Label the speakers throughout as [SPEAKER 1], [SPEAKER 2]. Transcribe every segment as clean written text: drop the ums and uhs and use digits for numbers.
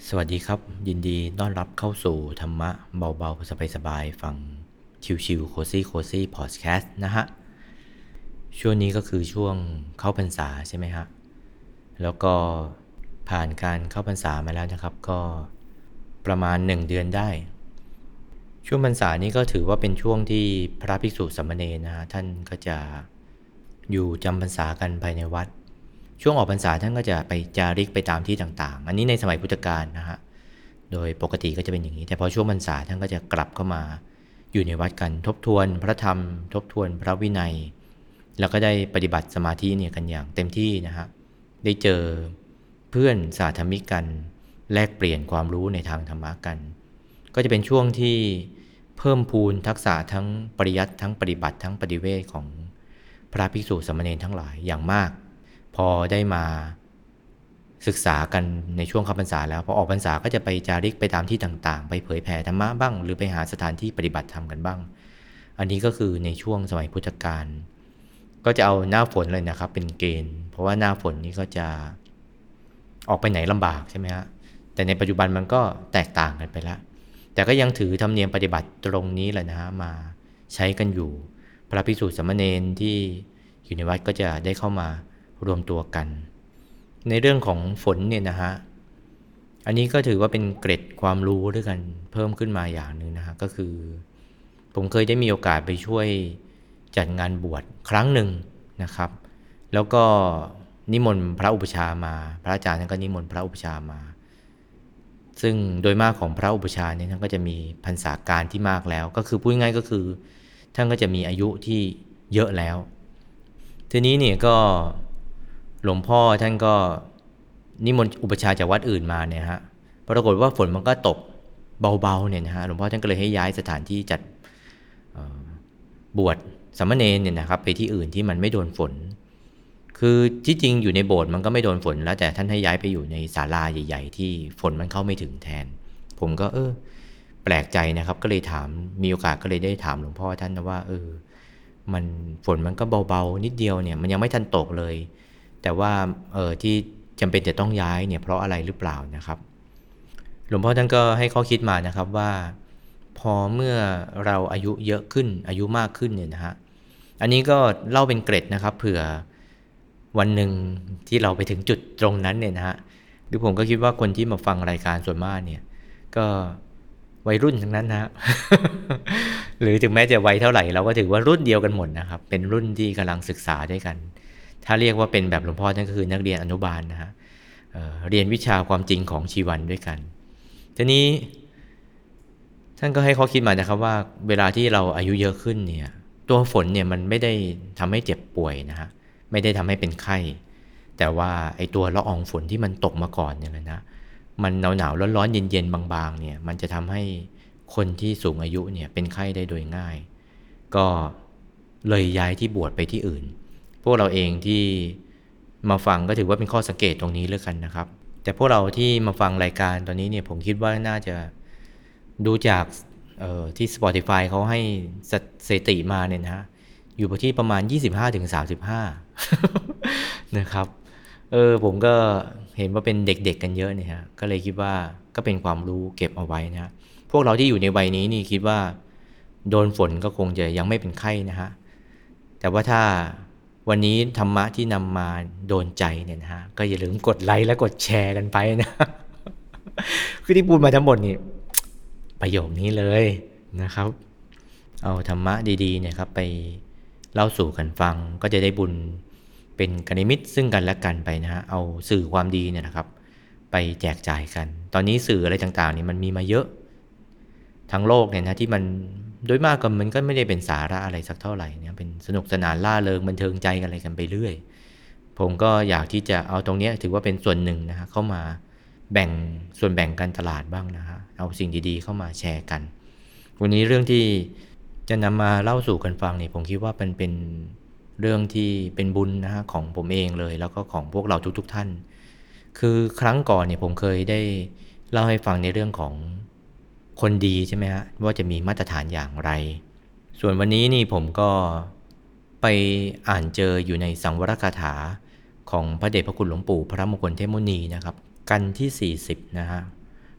[SPEAKER 1] สวัสดีครับยินดีต้อนรับเข้าสู่ธรรมะเบาๆสบายๆฟังชิวๆโคซี่โคซี่พอดแคสต์นะฮะช่วงนี้ก็คือช่วงเข้าพรรษาใช่ไหมฮะแล้วก็ผ่านการเข้าพรรษามาแล้วนะครับก็ประมาณ1 เดือนได้ช่วงพรรษานี้ก็ถือว่าเป็นช่วงที่พระภิกษุสามเณรนะฮะท่านก็จะอยู่จำพรรษากันภายในวัดช่วงออกพรรษาท่านก็จะไปจาริกไปตามที่ต่างๆอันนี้ในสมัยพุทธกาลนะฮะ โดยปกติก็จะเป็นอย่างนี้แต่พอช่วงพรรษาท่านก็จะกลับเข้ามาอยู่ในวัดกันทบทวนพระธรรมทบทวนพระวินัยแล้วก็ได้ปฏิบัติสมาธิเนี่ยกันอย่างเต็มที่นะฮะได้เจอเพื่อนสาธมิกกันแลกเปลี่ยนความรู้ในทางธรรมะกันก็จะเป็นช่วงที่เพิ่มพูนทักษะทั้งปริยัติทั้งปฏิบัติทั้งปฏิเวทของพระภิกษุสามเณรทั้งหลายอย่างมากพอได้มาศึกษากันในช่วงเข้าพรรษาแล้วพอออกพรรษาก็จะไปจาริกไปตามที่ต่างๆไปเผยแผ่ธรรมะบ้างหรือไปหาสถานที่ปฏิบัติธรรมกันบ้างอันนี้ก็คือในช่วงสมัยพุทธกาลก็จะเอาหน้าฝนเลยนะครับเป็นเกณฑ์เพราะว่าหน้าฝนนี้ก็จะออกไปไหนลำบากใช่ไหมฮะแต่ในปัจจุบันมันก็แตกต่างกันไปแล้วแต่ก็ยังถือธรรมเนียมปฏิบัติตรงนี้แหละนะฮะมาใช้กันอยู่พระภิกษุสามเณรที่อยู่ในวัดก็จะได้เข้ามารวมตัวกันในเรื่องของฝนเนี่ยนะฮะอันนี้ก็ถือว่าเป็นเกร็ดความรู้ด้วยกันเพิ่มขึ้นมาอย่างหนึ่งนะฮะก็คือผมเคยได้มีโอกาสไปช่วยจัดงานบวชครั้งหนึ่งนะครับแล้วก็นิมนต์พระอุปชามาพระอาจารย์ท่านก็นิมนต์พระอุปชามาซึ่งโดยมากของพระอุปชาเนี่ยท่านก็จะมีพรรษาการที่มากแล้วก็คือพูดง่ายๆก็คือท่านก็จะมีอายุที่เยอะแล้วทีนี้เนี่ยก็หลวงพ่อท่านก็นิมนต์อุปชาจากวัดอื่นมาเนี่ยฮะปรากฏว่าฝนมันก็ตกเบาๆเนี่ยนะฮะหลวงพ่อท่านก็เลยให้ย้ายสถานที่จัดบวชสามเณรเนี่ยนะครับไปที่อื่นที่มันไม่โดนฝนคือที่จริงอยู่ในโบสถ์มันก็ไม่โดนฝนแล้วแต่ท่านให้ย้ายไปอยู่ในศาลาใหญ่ๆที่ฝนมันเข้าไม่ถึงแทนผมก็แปลกใจนะครับก็เลยถามมีโอกาสก็เลยได้ถามหลวงพ่อท่านนะว่ามันฝนมันก็เบาๆนิดเดียวเนี่ยมันยังไม่ทันตกเลยแต่ว่าที่จำเป็นจะต้องย้ายเนี่ยเพราะอะไรหรือเปล่านะครับหลวงพ่อท่านก็ให้ข้อคิดมานะครับว่าพอเมื่อเราอายุเยอะขึ้นอายุมากขึ้นเนี่ยนะฮะอันนี้ก็เล่าเป็นเกร็ดนะครับเผื่อวันหนึ่งที่เราไปถึงจุดตรงนั้นเนี่ยนะฮะหรือผมก็คิดว่าคนที่มาฟังรายการส่วนมากเนี่ยก็วัยรุ่นทั้งนั้นนะฮะ หรือถึงแม้จะวัยเท่าไหร่เราก็ถือว่ารุ่นเดียวกันหมดนะครับเป็นรุ่นที่กำลังศึกษาด้วยกันถ้าเรียกว่าเป็นแบบหลวงพ่อนั่นก็คือนักเรียนอนุบาลนะฮะเรียนวิชาความจริงของชีวันด้วยกันทีนี้ท่านก็ให้ข้อคิดมานะครับว่าเวลาที่เราอายุเยอะขึ้นเนี่ยตัวฝนเนี่ยมันไม่ได้ทำให้เจ็บป่วยนะฮะไม่ได้ทำให้เป็นไข้แต่ว่าไอ้ตัวละอองฝนที่มันตกมาก่อนเนี่ยนะมันหนาวๆร้อนๆเย็นๆบางๆเนี่ยมันจะทำให้คนที่สูงอายุเนี่ยเป็นไข้ได้โดยง่ายก็เลยย้ายที่บวชไปที่อื่นพวกเราเองที่มาฟังก็ถือว่าเป็นข้อสังเกตตรงนี้แล้วกันนะครับแต่พวกเราที่มาฟังรายการตอนนี้เนี่ยผมคิดว่าน่าจะดูจากที่ Spotify เขาให้สถิติมาเนี่ยนะฮะอยู่ที่ประมาณ25-35นะครับผมก็เห็นว่าเป็นเด็กๆกันเยอะเนี่ยฮะก็เลยคิดว่าก็เป็นความรู้เก็บเอาไว้นะฮะพวกเราที่อยู่ในวัยนี้นี่คิดว่าโดนฝนก็คงจะยังไม่เป็นไข้นะฮะแต่ว่าถ้าวันนี้ธรรมะที่นำมาโดนใจเนี่ยนะฮะก็อย่าลืมกดไลค์และกดแชร์กันไปนะคือที่พูดมาทั้งหมดนี่ประโยคนี้เลยนะครับเอาธรรมะดีๆเนี่ยครับไปเล่าสู่กันฟังก็จะได้บุญเป็นกัลยาณมิตรซึ่งกันและกันไปนะฮะเอาสื่อความดีเนี่ยนะครับไปแจกจ่ายกันตอนนี้สื่ออะไรต่างๆนี่มันมีมาเยอะทั้งโลกเนี่ยนะที่มันโดยมากก็มันก็ไม่ได้เป็นสาระอะไรสักเท่าไหร่เนี่ยเป็นสนุกสนานล่าเริงบันเทิงใจกันอะไรกันไปเรื่อยผมก็อยากที่จะเอาตรงนี้ถือว่าเป็นส่วนหนึ่งนะฮะเข้ามาแบ่งส่วนแบ่งการตลาดบ้างนะฮะเอาสิ่งดีๆเข้ามาแชร์กันวันนี้เรื่องที่จะนำมาเล่าสู่กันฟังเนี่ยผมคิดว่าเป็นเรื่องที่เป็นบุญนะฮะของผมเองเลยแล้วก็ของพวกเราทุกๆท่านคือครั้งก่อนเนี่ยผมเคยได้เล่าให้ฟังในเรื่องของคนดีใช่ไหมฮะว่าจะมีมาตรฐานอย่างไรส่วนวันนี้นี่ผมก็ไปอ่านเจออยู่ในสังวรคาถาของพระเดชพระคุณหลวงปู่พระมงคลเทพมุนีนะครับกันที่40นะฮะ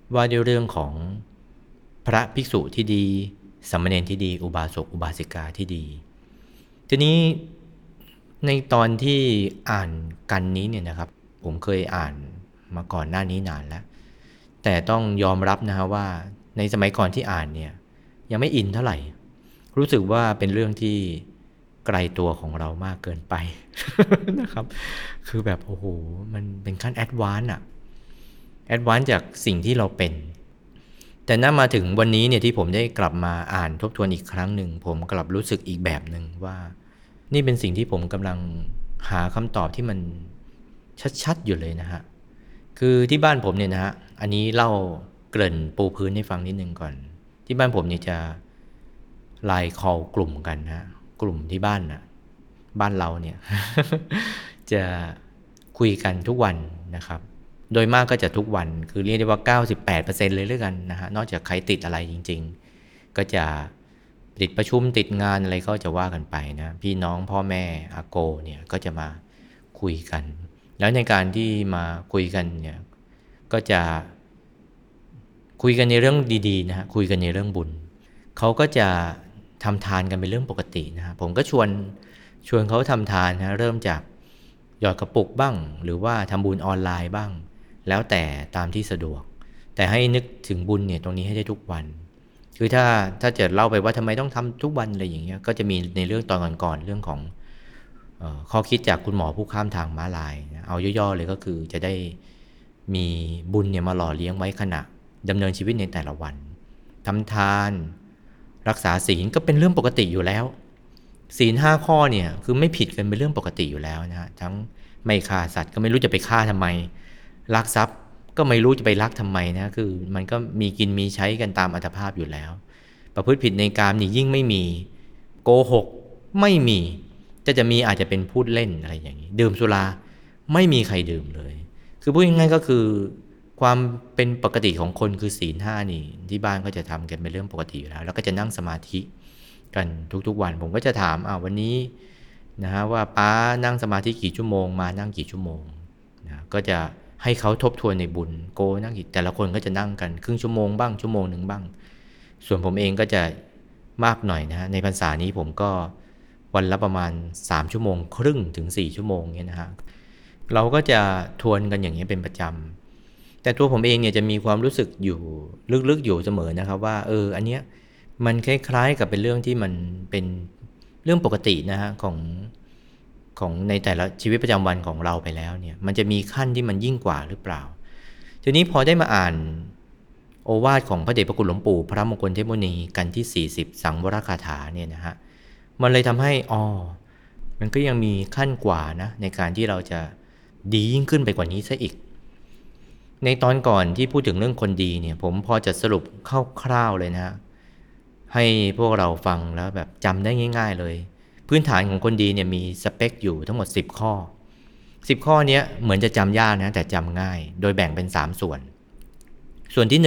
[SPEAKER 1] ว่าด้วยเรื่องของพระภิกษุที่ดีสามเณรที่ดีอุบาสกอุบาสิกาที่ดีทีนี้ในตอนที่อ่านกันนี้เนี่ยนะครับผมเคยอ่านมาก่อนหน้านี้นานแล้วแต่ต้องยอมรับนะฮะว่าในสมัยก่อนที่อ่านเนี่ยยังไม่อินเท่าไหร่รู้สึกว่าเป็นเรื่องที่ไกลตัวของเรามากเกินไป นะครับคือแบบโอ้โหมันเป็นขั้นแอดวานซ์อะแอดวานซ์จากสิ่งที่เราเป็นแต่น่ามาถึงวันนี้เนี่ยที่ผมได้กลับมาอ่านทบทวนอีกครั้งหนึ่งผมกลับรู้สึกอีกแบบหนึ่งว่านี่เป็นสิ่งที่ผมกำลังหาคำตอบที่มันชัดๆอยู่เลยนะฮะคือที่บ้านผมเนี่ยนะฮะอันนี้เล่าเกริ่นปูพื้นให้ฟังนิดนึงก่อนที่บ้านผมเนี่ยจะไลน์คอลกลุ่มกันนะกลุ่มที่บ้านนะบ้านเราเนี่ย จะคุยกันทุกวันนะครับโดยมากก็จะทุกวันคือเรียกได้ว่า 98% เลยด้วยกันนะฮะนอกจากใครติดอะไรจริงๆก็จะติดประชุมติดงานอะไรก็จะว่ากันไปนะพี่น้องพ่อแม่อาโกเนี่ยก็จะมาคุยกันแล้วในการที่มาคุยกันเนี่ยก็จะคุยกันในเรื่องดีๆนะฮะคุยกันในเรื่องบุญเขาก็จะทำทานกันเป็นเรื่องปกตินะฮะผมก็ชวนเขาทำทานนะเริ่มจากหยอดกระปุกบ้างหรือว่าทำบุญออนไลน์บ้างแล้วแต่ตามที่สะดวกแต่ให้นึกถึงบุญเนี่ยตรงนี้ให้ได้ทุกวันคือถ้าจะเล่าไปว่าทำไมต้องทำทุกวันอะไรอย่างเงี้ยก็จะมีในเรื่องตอนก่อนๆเรื่องของข้อคิดจากคุณหมอผู้ข้ามทางม้าลายนะเอาย่อๆเลยก็คือจะได้มีบุญเนี่ยมาหล่อเลี้ยงไว้ขณะดำเนินชีวิตในแต่ละวันทำทานรักษาศีลก็เป็นเรื่องปกติอยู่แล้วศีล5 ข้อเนี่ยคือไม่ผิดกันเป็นเรื่องปกติอยู่แล้วนะฮะทั้งไม่ฆ่าสัตว์ก็ไม่รู้จะไปฆ่าทำไมลักทรัพย์ก็ไม่รู้จะไปลักทำไมนะคือมันก็มีกินมีใช้กันตามอัตภาพอยู่แล้วประพฤติผิดในกามนี่ยิ่งไม่มีโกหกไม่มีจะมีอาจจะเป็นพูดเล่นอะไรอย่างนี้ดื่มสุราไม่มีใครดื่มเลยคือพูดง่ายๆก็คือความเป็นปกติของคนคือศีล 5นี่ที่บ้านก็จะทำกันเป็นเรื่องปกติอยู่แล้วแล้วก็จะนั่งสมาธิกันทุกๆวันผมก็จะถามวันนี้นะฮะว่าป้านั่งสมาธิกี่ชั่วโมงมานั่งกี่ชั่วโมงนะก็จะให้เขาทบทวนในบุญโกนั่งกี่แต่ละคนก็จะนั่งกันครึ่งชั่วโมงบ้างชั่วโมงหนึ่งบ้างส่วนผมเองก็จะมากหน่อยนะฮะในพรรษานี้ผมก็วันละประมาณ3 ชั่วโมงครึ่งถึง4 ชั่วโมงเนี่ยนะฮะเราก็จะทวนกันอย่างนี้เป็นประจำแต่ตัวผมเองเนี่ยจะมีความรู้สึกอยู่ลึกๆอยู่เสมอนะครับว่าอันเนี้ยมันคล้ายๆกับเป็นเรื่องที่มันเป็นเรื่องปกตินะฮะของในแต่ละชีวิตประจำวันของเราไปแล้วเนี่ยมันจะมีขั้นที่มันยิ่งกว่าหรือเปล่าทีนี้พอได้มาอ่านโอวาทของพระเดชพระคุณหลวงปู่พระมงคลเทพมุนีกันที่40สังวรคาถาเนี่ยนะฮะมันเลยทำให้มันก็ยังมีขั้นกว่านะในการที่เราจะดียิ่งขึ้นไปกว่านี้ซะอีกในตอนก่อนที่พูดถึงเรื่องคนดีเนี่ยผมพอจะสรุปคร่าวๆเลยนะฮะให้พวกเราฟังแล้วแบบจำได้ง่ายๆเลยพื้นฐานของคนดีเนี่ยมีสเปคอยู่ทั้งหมด10 ข้อ10 ข้อนี้เหมือนจะจำยากนะแต่จำง่ายโดยแบ่งเป็น3 ส่วนที่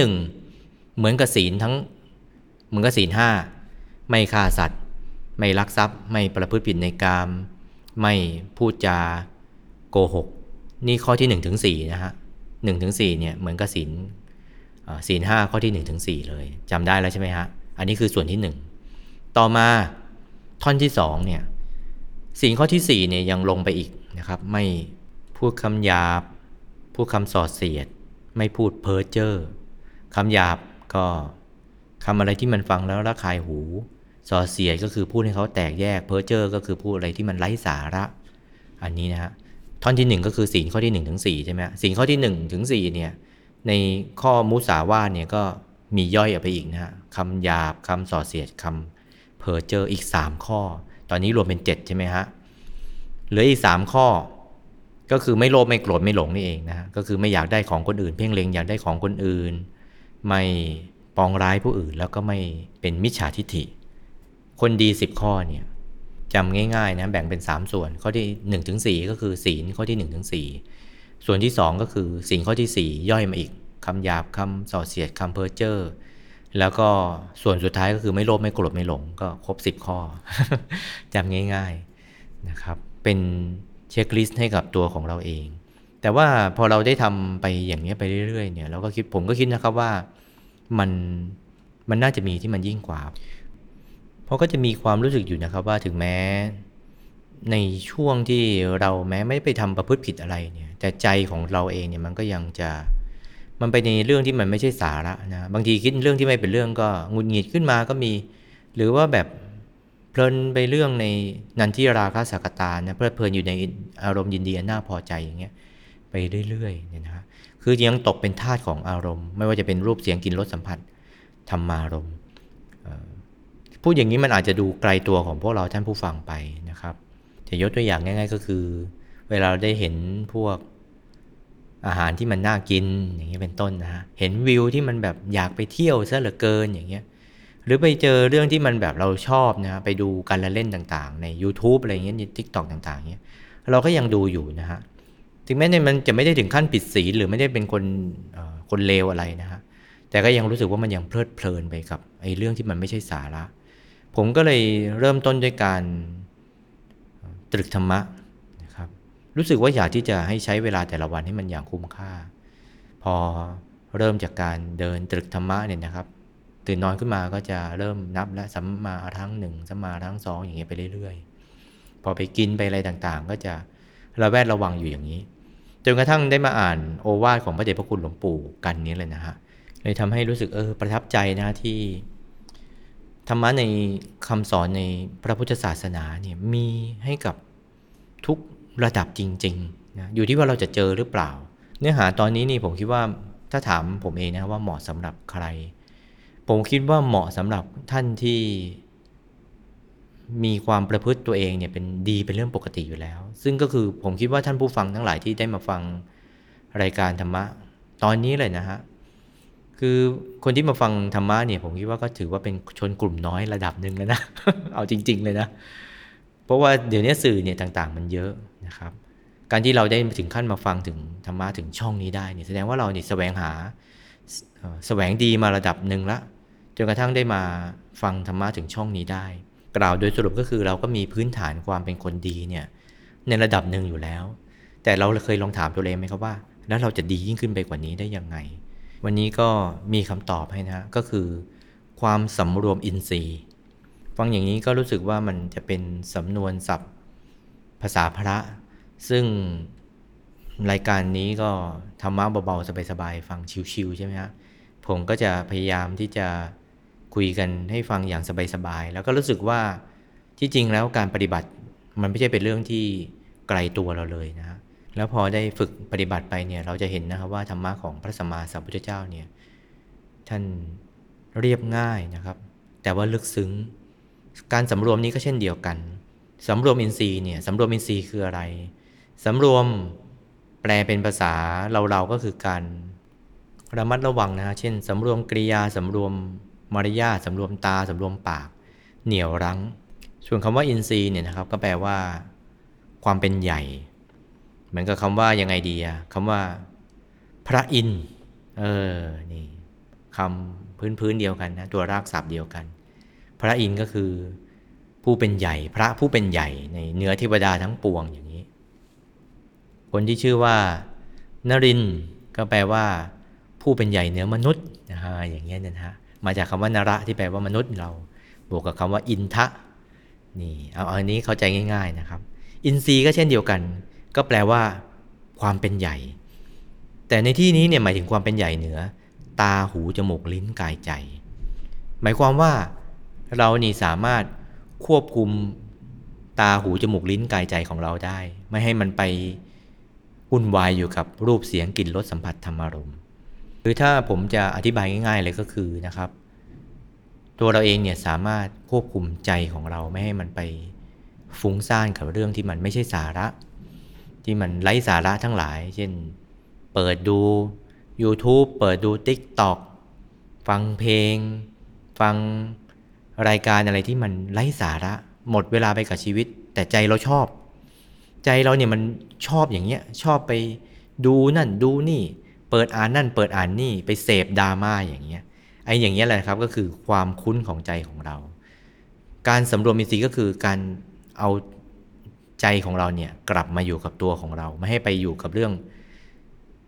[SPEAKER 1] 1เหมือนกับศีลเหมือนกับศีล 5ไม่ฆ่าสัตว์ไม่ลักทรัพย์ไม่ประพฤติผิดในกามไม่พูดจาโกหกนี่ข้อที่1 ถึง 4นะฮะ1 ถึง 4เนี่ยเหมือนกับศีล 5ข้อที่1 ถึง 4เลยจำได้แล้วใช่ไหมฮะอันนี้คือส่วนที่1ต่อมาท่อนที่2เนี่ยศีลข้อที่4เนี่ยยังลงไปอีกนะครับไม่พูดคำหยาบพูดคำส่อเสียดไม่พูดเพ้อเจ้อคำหยาบก็คำอะไรที่มันฟังแล้วระคายหูส่อเสียดก็คือพูดให้เขาแตกแยกเพ้อเจ้อก็คือพูดอะไรที่มันไร้สาระอันนี้นะฮะท่อนที่1ก็คือศีลข้อที่1 ถึง 4ใช่ไหมศีลข้อที่1 ถึง 4เนี่ยในข้อมุสาวาทเนี่ยก็มีย่อยออกไปอีกนะฮะคำหยาบคำส่อเสียดคำเพ้อเจ้ออีก3 ข้อตอนนี้รวมเป็น7ใช่ไหมฮะเหลืออีก3 ข้อก็คือไม่โลภไม่โกรธไม่หลงนี่เองนะฮะก็คือไม่อยากได้ของคนอื่นเพ่งเล็งอยากได้ของคนอื่นไม่ปองร้ายผู้อื่นแล้วก็ไม่เป็นมิจฉาทิฐิคนดี10 ข้อเนี่ยจำง่ายๆนะแบ่งเป็น3 ส่วนข้อที่1 ถึง 4ก็คือศีลข้อที่1 ถึง 4ส่วนที่2ก็คือศีลข้อที่4ย่อยมาอีกคำหยาบคำส่อเสียดคำเพ้อเจ้อแล้วก็ส่วนสุดท้ายก็คือไม่โลภไม่โกรธไม่หลงก็ครบ10 ข้อ จำง่ายๆนะครับเป็นเช็คลิสต์ให้กับตัวของเราเองแต่ว่าพอเราได้ทำไปอย่างนี้ไปเรื่อยๆเนี่ยเราก็คิดผมก็คิดนะครับว่ามันมันน่าจะมีที่มันยิ่งกว่าเพราะก็จะมีความรู้สึกอยู่นะครับว่าถึงแม้ในช่วงที่เราแม้ไม่ไปทำประพฤติผิดอะไรเนี่ยแต่ใจของเราเองเนี่ยมันก็ยังจะมันไปในเรื่องที่มันไม่ใช่สาระนะบางทีคิดเรื่องที่ไม่เป็นเรื่องก็หงุดหงิดขึ้นมาก็มีหรือว่าแบบเพลินไปเรื่องในนันทิราคะสักตานะเพลิดเพลินอยู่ในอารมณ์ยินดีอันน่าพอใจอย่างเงี้ยไปเรื่อยๆเนี่ยนะฮะคือยังตกเป็นทาสของอารมณ์ไม่ว่าจะเป็นรูปเสียงกลิ่นรสสัมผัสธรรมารมณ์พูดอย่างนี้มันอาจจะดูไกลตัวของพวกเราท่านผู้ฟังไปนะครับจะยกตัวอย่างง่ายๆก็คือเวลาเราได้เห็นพวกอาหารที่มันน่ากินอย่างเงี้ยเป็นต้นนะฮะเห็นวิวที่มันแบบอยากไปเที่ยวซะเหลือเกินอย่างเงี้ยหรือไปเจอเรื่องที่มันแบบเราชอบนะไปดูการละเล่นต่างๆใน YouTube อะไรเงี้ยใน TikTok ต่างๆเงี้ยเราก็ยังดูอยู่นะฮะถึงแม้มันจะไม่ได้ถึงขั้นผิดศีลหรือไม่ได้เป็นคนเลวอะไรนะฮะแต่ก็ยังรู้สึกว่ามันยังเพลิดเพลินไปกับไอ้เรื่องที่มันไม่ใช่สาระผมก็เลยเริ่มต้นด้วยการตรึกธรรมะนะครับรู้สึกว่าอยากที่จะให้ใช้เวลาแต่ละวันให้มันอย่างคุ้มค่าพอเริ่มจากการเดินตรึกธรรมะเนี่ยนะครับตื่นนอนขึ้นมาก็จะเริ่มนับและสัมมาอรหังหนึ่งสัมมาอรหังสองอย่างเงี้ยไปเรื่อยๆพอไปกินไปอะไรต่างๆก็จะระแวดระวังอยู่อย่างนี้จนกระทั่งได้มาอ่านโอวาทของพระเดชพระคุณหลวงปู่กันนี้เลยนะฮะเลยทำให้รู้สึกประทับใจนะที่ธรรมะในคำสอนในพระพุทธศาสนาเนี่ยมีให้กับทุกระดับจริงๆนะอยู่ที่ว่าเราจะเจอหรือเปล่าเนื้อหาตอนนี้นี่ผมคิดว่าถ้าถามผมเองนะว่าเหมาะสำหรับใครผมคิดว่าเหมาะสำหรับท่านที่มีความประพฤติตัวเองเนี่ยเป็นดีเป็นเรื่องปกติอยู่แล้วซึ่งก็คือผมคิดว่าท่านผู้ฟังทั้งหลายที่ได้มาฟังรายการธรรมะตอนนี้เลยนะฮะคือคนที่มาฟังธรรมะเนี่ยผมคิดว่าก็ถือว่าเป็นชนกลุ่มน้อยระดับหนึ่งแล้วนะ เอาจริงๆเลยนะเพราะว่าเดี๋ยวนี้สื่อเนี่ยต่างๆมันเยอะนะครับการที่เราได้ถึงขั้นมาฟังถึงธรรมะถึงช่องนี้ได้เนี่ยแสดงว่าเราเนี่ยแสวงดีมาระดับหนึ่งละจนกระทั่งได้มาฟังธรรมะถึงช่องนี้ได้กล่าวโดยสรุปก็คือเราก็มีพื้นฐานความเป็นคนดีเนี่ยในระดับหนึ่งอยู่แล้วแต่เราเคยลองถามตัวเองไหมครับว่าแล้วเราจะดียิ่งขึ้นไปกว่านี้ได้ยังไงวันนี้ก็มีคำตอบให้นะก็คือความสำรวมอินทรีย์ฟังอย่างนี้ก็รู้สึกว่ามันจะเป็นสำนวนศัพท์ภาษาพระซึ่งรายการนี้ก็ธรรมะเบาๆสบายๆฟังชิวๆใช่ไหมฮะผมก็จะพยายามที่จะคุยกันให้ฟังอย่างสบายๆแล้วก็รู้สึกว่าที่จริงแล้วการปฏิบัติมันไม่ใช่เป็นเรื่องที่ไกลตัวเราเลยนะฮะแล้วพอได้ฝึกปฏิบัติไปเนี่ยเราจะเห็นนะครับว่าธรรมะของพระสัมมาสัมพุทธเจ้าเนี่ยท่านเรียบง่ายนะครับแต่ว่าลึกซึ้งการสำรวมนี้ก็เช่นเดียวกันสำรวมอินทรีย์เนี่ยสำรวมอินทรีย์คืออะไรสำรวมแปลเป็นภาษาเราก็คือการระมัดระวังนะฮะเช่นสำรวมกริยาสำรวมมารยาทสำรวมตาสำรวมปากเหนี่ยวรั้งส่วนคำว่าอินทรีย์เนี่ยนะครับก็แปลว่าความเป็นใหญ่เหมือนกับคำว่ายังไงดีอะคำว่าพระอินทร์นี่คำพื้นเดียวกันนะตัวรากศัพท์เดียวกันพระอินทร์ก็คือผู้เป็นใหญ่พระผู้เป็นใหญ่ในเหนือเทวดาทั้งปวงอย่างนี้คนที่ชื่อว่านรินทร์ก็แปลว่าผู้เป็นใหญ่เหนือมนุษย์นะฮะอย่างเงี้ยนะฮะมาจากคำว่านระที่แปลว่ามนุษย์เราบวกกับคำว่าอินทะนี่เอาอันนี้เข้าใจง่ายๆนะครับอินทรีย์ก็เช่นเดียวกันก็แปลว่าความเป็นใหญ่แต่ในที่นี้เนี่ยหมายถึงความเป็นใหญ่เหนือตาหูจมูกลิ้นกายใจหมายความว่าเรานี่สามารถควบคุมตาหูจมูกลิ้นกายใจของเราได้ไม่ให้มันไปวุ่นวายอยู่กับรูปเสียงกลิ่นรสสัมผัสธรรมารมณ์คือถ้าผมจะอธิบายง่ายๆเลยก็คือนะครับตัวเราเองเนี่ยสามารถควบคุมใจของเราไม่ให้มันไปฟุ้งซ่านกับเรื่องที่มันไม่ใช่สาระที่มันไร้สาระทั้งหลายเช่นเปิดดู YouTube เปิดดู TikTok ฟังเพลงฟังรายการอะไรที่มันไร้สาระหมดเวลาไปกับชีวิตแต่ใจเราชอบใจเราเนี่ยมันชอบอย่างเงี้ยชอบไปดูนั่นดูนี่เปิดอ่านนั่นเปิดอ่านนี่ไปเสพดราม่าอย่างเงี้ยอย่างเงี้ยแหละครับก็คือความคุ้นของใจของเราการสำรวมอินทรีย์ก็คือการเอาใจของเราเนี่ยกลับมาอยู่กับตัวของเราไม่ให้ไปอยู่กับเรื่อง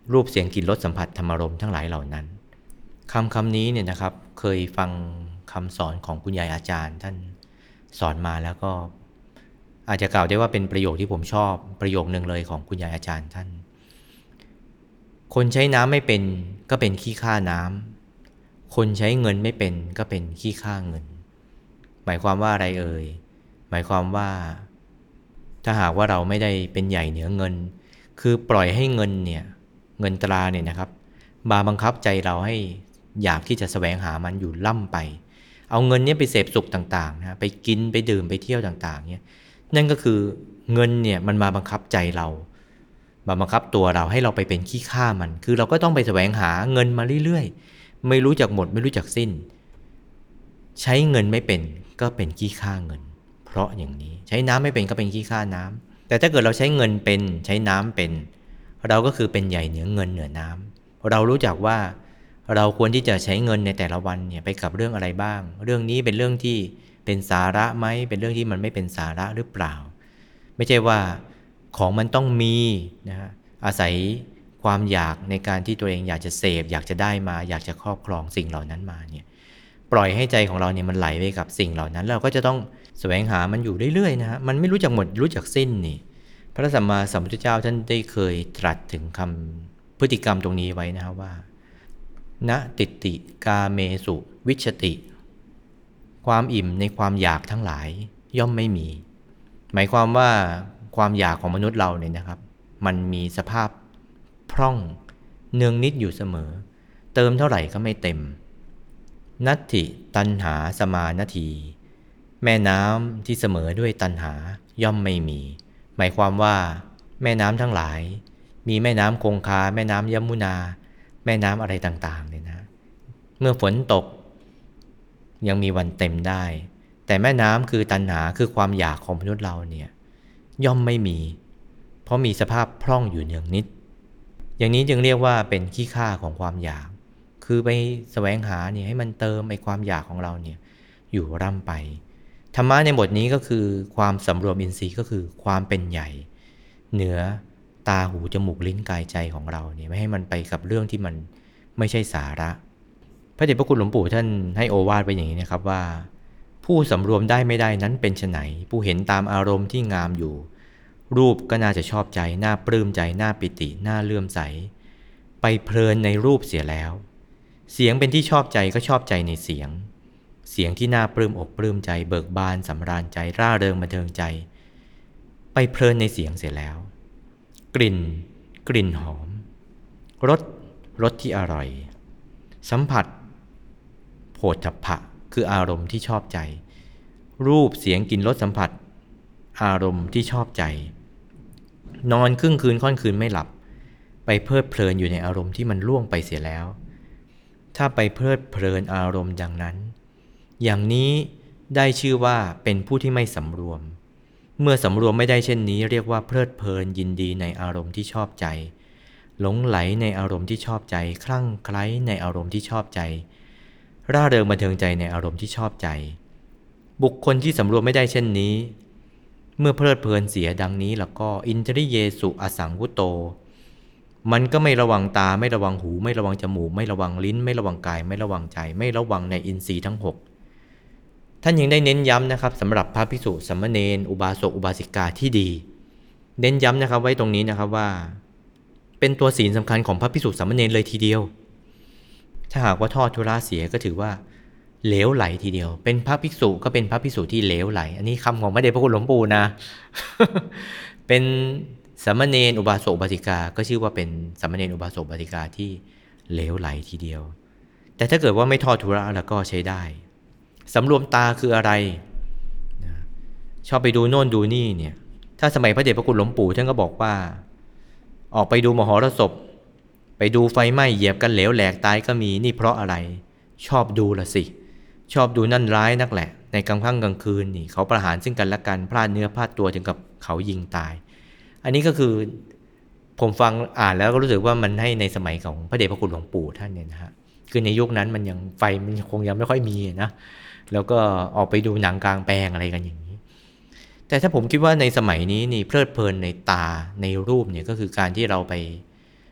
[SPEAKER 1] รูปเสียงกลิ่นรสสัมผัสธรรมารมณ์ทั้งหลายเหล่านั้นคำนี้เนี่ยนะครับเคยฟังคำสอนของคุณยายอาจารย์ท่านสอนมาแล้วก็อาจจะกล่าวได้ว่าเป็นประโยคที่ผมชอบประโยคนึงเลยของคุณยายอาจารย์ท่านคนใช้น้ำไม่เป็นก็เป็นขี้ข้าน้ำคนใช้เงินไม่เป็นก็เป็นขี้ข้าเงินหมายความว่าอะไรเอ่ยหมายความว่าถ้าหากว่าเราไม่ได้เป็นใหญ่เหนือเงินคือปล่อยให้เงินเนี่ยเงินตราเนี่ยนะครับมาบังคับใจเราให้อยากที่จะแสวงหามันอยู่ล่ำไปเอาเงินนี้ไปเสพสุขต่างๆนะไปกินไปดื่มไปเที่ยวต่างๆเนี่ยนั่นก็คือเงินเนี่ยมันมาบังคับใจเรามาบังคับตัวเราให้เราไปเป็นขี้ข้ามันคือเราก็ต้องไปแสวงหาเงินมาเรื่อยๆไม่รู้จักหมดไม่รู้จักสิ้นใช้เงินไม่เป็นก็เป็นขี้ข้าเงินเพราะอย่างนี้ใช้น้ำไม่เป็นก็เป็นขี้ข้าน้ำแต่ถ้าเกิดเราใช้เงินเป็นใช้น้ำเป็นเราก็คือเป็นใหญ่เหนือเงินเหนือน้ำเรารู้จักว่าเราควรที่จะใช้เงินในแต่ละวันเนี่ยไปกับเรื่องอะไรบ้างเรื่องนี้เป็นเรื่องที่เป็นสาระไหมเป็นเรื่องที่มันไม่เป็นสาระหรือเปล่าไม่ใช่ว่าของมันต้องมีนะฮะอาศัยความอยากในการที่ตัวเองอยากจะเสพอยากจะได้มาอยากจะครอบครองสิ่งเหล่านั้นมาเนี่ยปล่อยให้ใจของเราเนี่ยมันไหลไปกับสิ่งเหล่านั้นเราก็จะต้องแสวงหามันอยู่เรื่อยๆนะฮะมันไม่รู้จักหมดรู้จักสิ้นนี่พระสัมมาสัมพุทธเจ้าท่านได้เคยตรัสถึงคำพฤติกรรมตรงนี้ไว้นะว่าณติติกาเมสุวิชติความอิ่มในความอยากทั้งหลายย่อมไม่มีหมายความว่าความอยากของมนุษย์เราเนี่ยนะครับมันมีสภาพพร่องเนืองนิดอยู่เสมอเติมเท่าไหร่ก็ไม่เต็มนัตถิตัณหาสมานทีแม่น้ำที่เสมอด้วยตัณหาย่อมไม่มีหมายความว่าแม่น้ำทั้งหลายมีแม่น้ำคงคาแม่น้ำยมุนาแม่น้ำอะไรต่างๆเนี่ยนะเมื่อฝนตกยังมีวันเต็มได้แต่แม่น้ำคือตัณหาคือความอยากของมนุษย์เราเนี่ยย่อมไม่มีเพราะมีสภาพพร่องอยู่เนืองนิดอย่างนี้จึงเรียกว่าเป็นขี้ข้าของความอยากคือไปแสวงหาเนี่ยให้มันเติมไอ้ความอยากของเราเนี่ยอยู่ร่ำไปธรรมะในบทนี้ก็คือความสำรวมอินทรีย์ก็คือความเป็นใหญ่เหนือตาหูจมูกลิ้นกายใจของเราเนี่ยไม่ให้มันไปกับเรื่องที่มันไม่ใช่สาระพระเดชพระคุณหลวงปู่ท่านให้โอวาทไว้อย่างนี้นะครับว่าผู้สำรวมได้ไม่ได้นั้นเป็นไฉนผู้เห็นตามอารมณ์ที่งามอยู่รูปก็น่าจะชอบใจน่าปลื้มใจน่าปิติน่าเลื่อมใสไปเพลินในรูปเสียแล้วเสียงเป็นที่ชอบใจก็ชอบใจในเสียงเสียงที่น่าปลื้มอกปลื้มใจเบิกบานสำราญใจร่าเริงบันเทิงใจไปเพลินในเสียงเสียแล้วกลิ่นหอมรสที่อร่อยสัมผัสโผฏฐัพพะคืออารมณ์ที่ชอบใจรูปเสียงกลิ่นรสสัมผัสอารมณ์ที่ชอบใจนอนครึ่งคืนค่อนคืนไม่หลับไปเพลิดเพลินอยู่ในอารมณ์ที่มันล่วงไปเสียแล้วถ้าไปเพลิดเพลินอารมณ์อย่างนั้นอย่างนี้ได้ชื่อว่าเป็นผู้ที่ไม่สำรวมเมื่อสำรวมไม่ได้เช่นนี้เรียกว่าเพลิดเพลินยินดีในอารมณ์ที่ชอบใจหลงไหลในอารมณ์ที่ชอบใจคลั่งไคล้ในอารมณ์ที่ชอบใจร่าเริงบันเทิงใจในอารมณ์ที่ชอบใจบุคคลที่สำรวมไม่ได้เช่นนี้เมื่อเพลิดเพลินเสียดังนี้แล้วก็อินทริเยสุอสังวุโตมันก็ไม่ระวังตาไม่ระวังหูไม่ระวังจมูกไม่ระวังลิ้นไม่ระวังกายไม่ระวังใจไม่ระวังในอินทรีย์ทั้ง6ท่านยังได้เน้นย้ำนะครับสำหรับพระภิกษุสามเณรอุบาสกอุบาสิกาที่ดีเน้นย้ำนะครับไว้ตรงนี้นะครับว่าเป็นตัวศีลสำคัญของพระภิกษุสามเณรเลยทีเดียวถ้าหากว่าทอดทุระเสียก็ถือว่าเหลวไหลทีเดียวเป็นพระภิกษุก็เป็นพระภิกษุที่เหลวไหลอันนี้คำของพระเดชพระคุณหลวงปู่นะ เป็นสามเณรอุบาสกอุบาสิกาก็ชื่อว่าเป็นสามเณรอุบาสกอุบาสิกาที่เหลวไหลทีเดียวแต่ถ้าเกิดว่าไม่ทอดทุระแล้วก็ใช้ได้สำรวมตาคืออะไรนะชอบไปดูโน่นดูนี่เนี่ยถ้าสมัยพระเดชพระคุณหลวงปู่ท่านก็บอกว่าออกไปดูมหรสพไปดูไฟไหม้เหยียบกันเหลวแหลกตายก็มีนี่เพราะอะไรชอบดูละสิชอบดูนั่นร้ายนักแหละในกลางค่ำกลางคืนนี่เขาประหารซึ่งกันและกันพลาดเนื้อพลาดตัวถึงกับเขายิงตายอันนี้ก็คือผมฟังอ่านแล้วก็รู้สึกว่ามันให้ในสมัยของพระเดชพระคุณหลวงปู่ท่านเนี่ยนะฮะคือในยุคนั้นมันยังไฟมันคงยังไม่ค่อยมีนะแล้วก็ออกไปดูหนังกลางแปลงอะไรกันอย่างนี้แต่ถ้าผมคิดว่าในสมัยนี้นี่เพลิดเพลินในตาในรูปเนี่ยก็คือการที่เราไป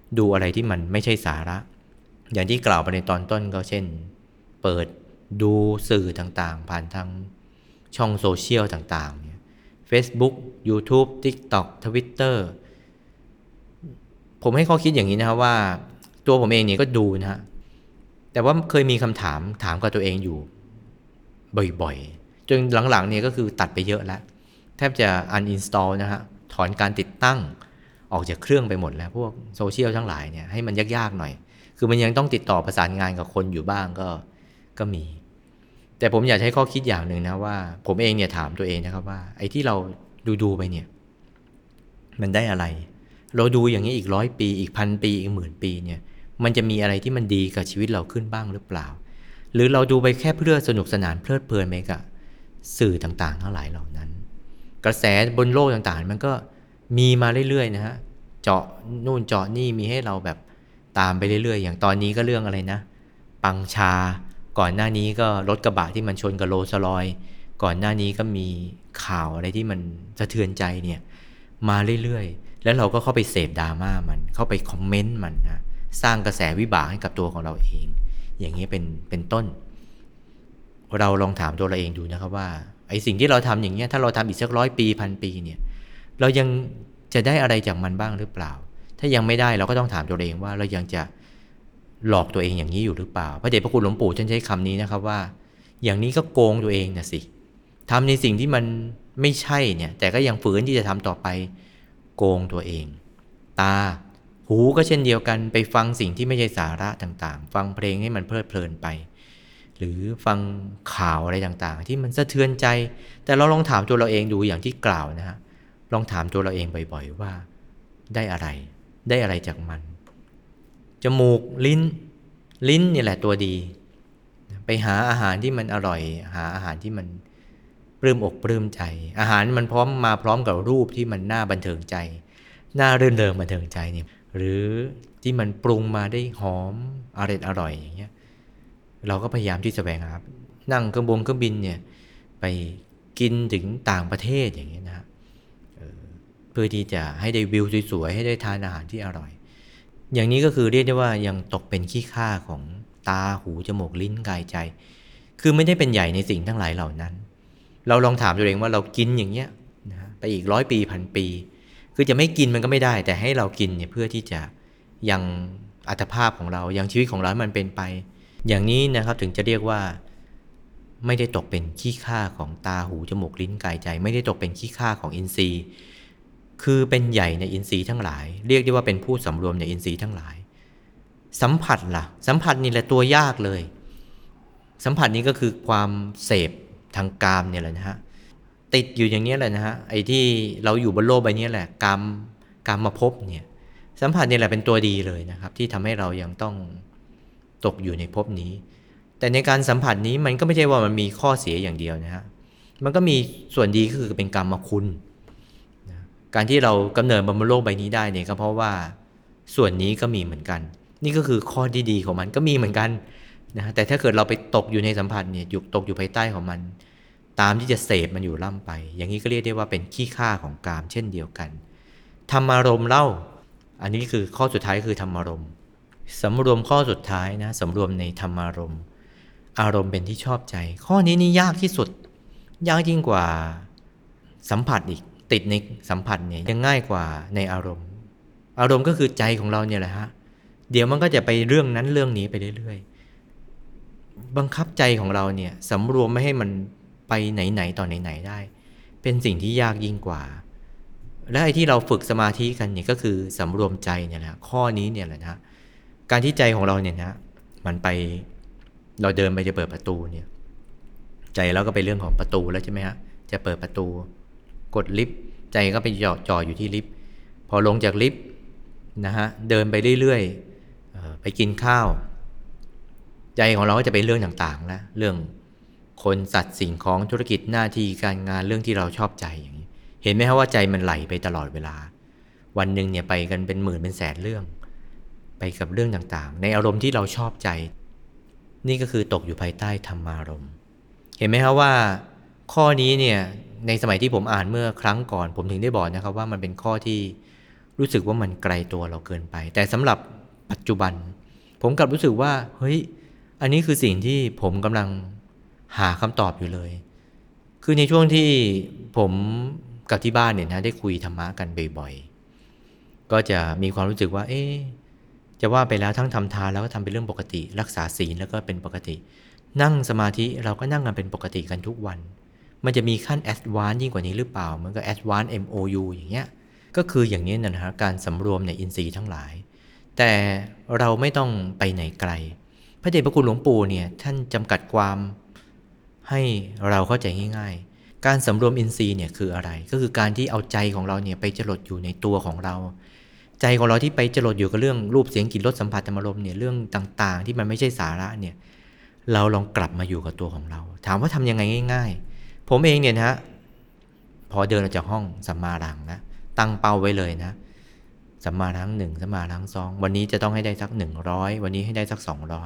[SPEAKER 1] ดูอะไรที่มันไม่ใช่สาระอย่างที่กล่าวไปในตอนต้นก็เช่นเปิดดูสื่อต่างๆผ่านทางช่องโซเชียลต่างๆเนี่ย Facebook YouTube TikTok Twitter ผมให้ข้อคิดอย่างนี้นะครับว่าตัวผมเองเนี่ยก็ดูนะฮะแต่ว่าเคยมีคำถามกับตัวเองอยู่บ่อยๆจนหลังๆเนี่ยก็คือตัดไปเยอะแล้วแทบจะ uninstall นะฮะถอนการติดตั้งออกจากเครื่องไปหมดแล้วพวกโซเชียลทั้งหลายเนี่ยให้มันยากๆหน่อยคือมันยังต้องติดต่อประสานงานกับคนอยู่บ้างก็มีแต่ผมอยากให้ข้อคิดอย่างหนึ่งนะว่าผมเองเนี่ยถามตัวเองนะครับว่าไอ้ที่เราดูไปเนี่ยมันได้อะไรเราดูอย่างนี้อีก100 ปีอีก1,000 ปีอีก10,000 ปีเนี่ยมันจะมีอะไรที่มันดีกับชีวิตเราขึ้นบ้างหรือเปล่าหรือเราดูไปแค่เพื่อสนุกสนานเพลิดเพลินไปกับสื่อต่างๆทั้งหลายเหล่านั้นกระแสบนโลกต่างๆมันก็มีมาเรื่อยๆนะฮะเจาะนู่นเจาะนี่มีให้เราแบบตามไปเรื่อยๆอย่างตอนนี้ก็เรื่องอะไรนะปังชาก่อนหน้านี้ก็รถกระบะที่มันชนกับโรลส์รอยซ์ก่อนหน้านี้ก็มีข่าวอะไรที่มันสะเทือนใจเนี่ยมาเรื่อยๆแล้วเราก็เข้าไปเสพดราม่ามันเข้าไปคอมเมนต์มันนะสร้างกระแสวิบากให้กับตัวของเราเองอย่างนี้เป็นต้นเราลองถามตัวเราเองดูนะครับว่าไอ้สิ่งที่เราทำอย่างเงี้ยถ้าเราทำอีกสัก100 ปี1,000 ปีเนี่ยเรายังจะได้อะไรจากมันบ้างหรือเปล่าถ้ายังไม่ได้เราก็ต้องถามตัวเองว่าเรายังจะหลอกตัวเองอย่างนี้อยู่หรือเปล่าพระเดชพระคุณหลวงปู่ท่านใช้คำนี้นะครับว่าอย่างนี้ก็โกงตัวเองนะสิทำในสิ่งที่มันไม่ใช่เนี่ยแต่ก็ยังฝืนที่จะทำต่อไปโกงตัวเองตาหูก็เช่นเดียวกันไปฟังสิ่งที่ไม่ใช่สาระต่างๆฟังเพลงให้มันเพลิดเพลินไปหรือฟังข่าวอะไรต่างๆที่มันสะเทือนใจแต่เราลองถามตัวเราเองดูอย่างที่กล่าวนะฮะลองถามตัวเราเองบ่อยๆว่าได้อะไรจากมันจมูกลิ้นนี่แหละตัวดีไปหาอาหารที่มันอร่อยหาอาหารที่มันปลื้มอกปลื้มใจอาหารมันพร้อมกับรูปที่มันน่าบันเทิงใจน่ารื่นเริงบันเทิงใจเนี่ยหรือที่มันปรุงมาได้หอมอร่อยอย่างเงี้ยเราก็พยายามที่จะแสวงหานั่งเครื่องบินเนี่ยไปกินถึงต่างประเทศอย่างเงี้ยนะเพื่อที่จะให้ได้วิวสวยๆให้ได้ทานอาหารที่อร่อยอย่างนี้ก็คือเรียกได้ว่ายังตกเป็นขี้ข้าของตาหูจมูกลิ้นกายใจคือไม่ได้เป็นใหญ่ในสิ่งทั้งหลายเหล่านั้นเราลองถามตัวเองว่าเรากินอย่างเงี้ยนะไปอีก100 ปี1,000 ปีคือจะไม่กินมันก็ไม่ได้แต่ให้เรากินเนี่ยเพื่อที่จะยังอัตภาพของเรายังชีวิตของเรามันเป็นไปอย่างนี้นะครับถึงจะเรียกว่าไม่ได้ตกเป็นขี้ข้าของตาหูจมูกลิ้นกายใจไม่ได้ตกเป็นขี้ข้าของอินทรีย์คือเป็นใหญ่ในอินทรีย์ทั้งหลายเรียกได้ว่าเป็นผู้สำรวมในอินทรีย์ทั้งหลายสัมผัสล่ะสัมผัสนี่แหละตัวยากเลยสัมผัสนี้ก็คือความเสพทางกามเนี่ยแหละนะฮะติดอยู่อย่างนี้แหละนะฮะไอ้ที่เราอยู่บนโลกใบนี้แหละกามมาพบเนี่ยสัมผัสนี่แหละเป็นตัวดีเลยนะครับที่ทำให้เรายังต้องตกอยู่ในภพนี้แต่ในการสัมผัสนี้มันก็ไม่ใช่ว่ามันมีข้อเสียอย่างเดียวนะฮะมันก็มีส่วนดีก็คือเป็นกรรมคุณการที่เรากำเนิดบนโลกใบนี้ได้เนี่ยก็เพราะว่าส่วนนี้ก็มีเหมือนกันนี่ก็คือข้อดีของมันก็มีเหมือนกันนะแต่ถ้าเกิดเราไปตกอยู่ในสัมผัสเนี่ยตกอยู่ภายใต้ของมันตามที่จะเสพมันอยู่ล่ำไปอย่างนี้ก็เรียกได้ว่าเป็นขี้ข้าของกามเช่นเดียวกันธรรมารมณ์เล่าอันนี้คือข้อสุดท้ายคือธรรมารมณ์สำรวมข้อสุดท้ายนะสำรวมในธรรมารมณ์อารมณ์เป็นที่ชอบใจข้อนี้นี่ยากที่สุดยากยิ่งกว่าสัมผัสอีกติดในสัมผัสเนี่ยยังง่ายกว่าในอารมณ์ก็คือใจของเราเนี่ยแหละฮะเดี๋ยวมันก็จะไปเรื่องนั้นเรื่องนี้ไปเรื่อยๆบังคับใจของเราเนี่ยสำรวมไม่ให้มันไปไหนต่อไหนได้เป็นสิ่งที่ยากยิ่งกว่าและไอ้ที่เราฝึกสมาธิกันเนี่ยก็คือสำรวมใจเนี่ยแหละข้อนี้เนี่ยแหละนะการที่ใจของเราเนี่ยนะมันไปเราเดินไปจะเปิดประตูเนี่ยใจเราก็ไปเรื่องของประตูแล้วใช่ไหมฮะจะเปิดประตูกดลิฟต์ใจก็ไปจ่ออยู่ที่ลิฟต์พอลงจากลิฟต์นะฮะเดินไปเรื่อยๆไปกินข้าวใจของเราก็จะเป็นเรื่องต่างๆแล้วเรื่องคนสัตว์สิ่งของธุรกิจหน้าที่การงานเรื่องที่เราชอบใจอย่างนี้เห็นไหมครับว่าใจมันไหลไปตลอดเวลาวันหนึ่งเนี่ยไปกันเป็นหมื่นเป็นแสนเรื่องไปกับเรื่องต่างๆในอารมณ์ที่เราชอบใจนี่ก็คือตกอยู่ภายใต้ธรรมารมณ์เห็นไหมครับว่าข้อนี้เนี่ยในสมัยที่ผมอ่านเมื่อครั้งก่อนผมถึงได้บอกนะครับว่ามันเป็นข้อที่รู้สึกว่ามันไกลตัวเราเกินไปแต่สำหรับปัจจุบันผมกลับรู้สึกว่าเฮ้ยอันนี้คือสิ่งที่ผมกำลังหาคำตอบอยู่เลยคือในช่วงที่ผมกับที่บ้านเนี่ยนะได้คุยธรรมะกันบ่อยๆก็จะมีความรู้สึกว่าจะว่าไปแล้วทั้งทำทานแล้วก็ทำเป็นเรื่องปกติรักษาศีลแล้วก็เป็นปกตินั่งสมาธิเราก็นั่งกันเป็นปกติกันทุกวันมันจะมีขั้นแอดวานซ์ยิ่งกว่านี้หรือเปล่าเหมือนกับแอดวานซ์ MOU อย่างเงี้ยก็คืออย่างนี้นะฮะการสำรวมในอินทรีย์ทั้งหลายแต่เราไม่ต้องไปไหนไกลพระเดชพระคุณหลวงปู่เนี่ยท่านจำกัดความให้เราเข้าใจง่ายๆการสำรวมอินทรีย์เนี่ยคืออะไรก็คือการที่เอาใจของเราเนี่ยไปจรดอยู่ในตัวของเราใจของเราที่ไปจรดอยู่กับเรื่องรูปเสียงกลิ่นรสสัมผัสธรรมารมณ์เนี่ยเรื่องต่างๆที่มันไม่ใช่สาระเนี่ยเราลองกลับมาอยู่กับตัวของเราถามว่าทำยังไงง่ายๆผมเองเนี่ยนะพอเดินออกจากห้องสัมมารังนะตั้งเป้าไว้เลยนะสัมมารัง1สัมมารัง2วันนี้จะต้องให้ได้สัก100วันนี้ให้ได้สัก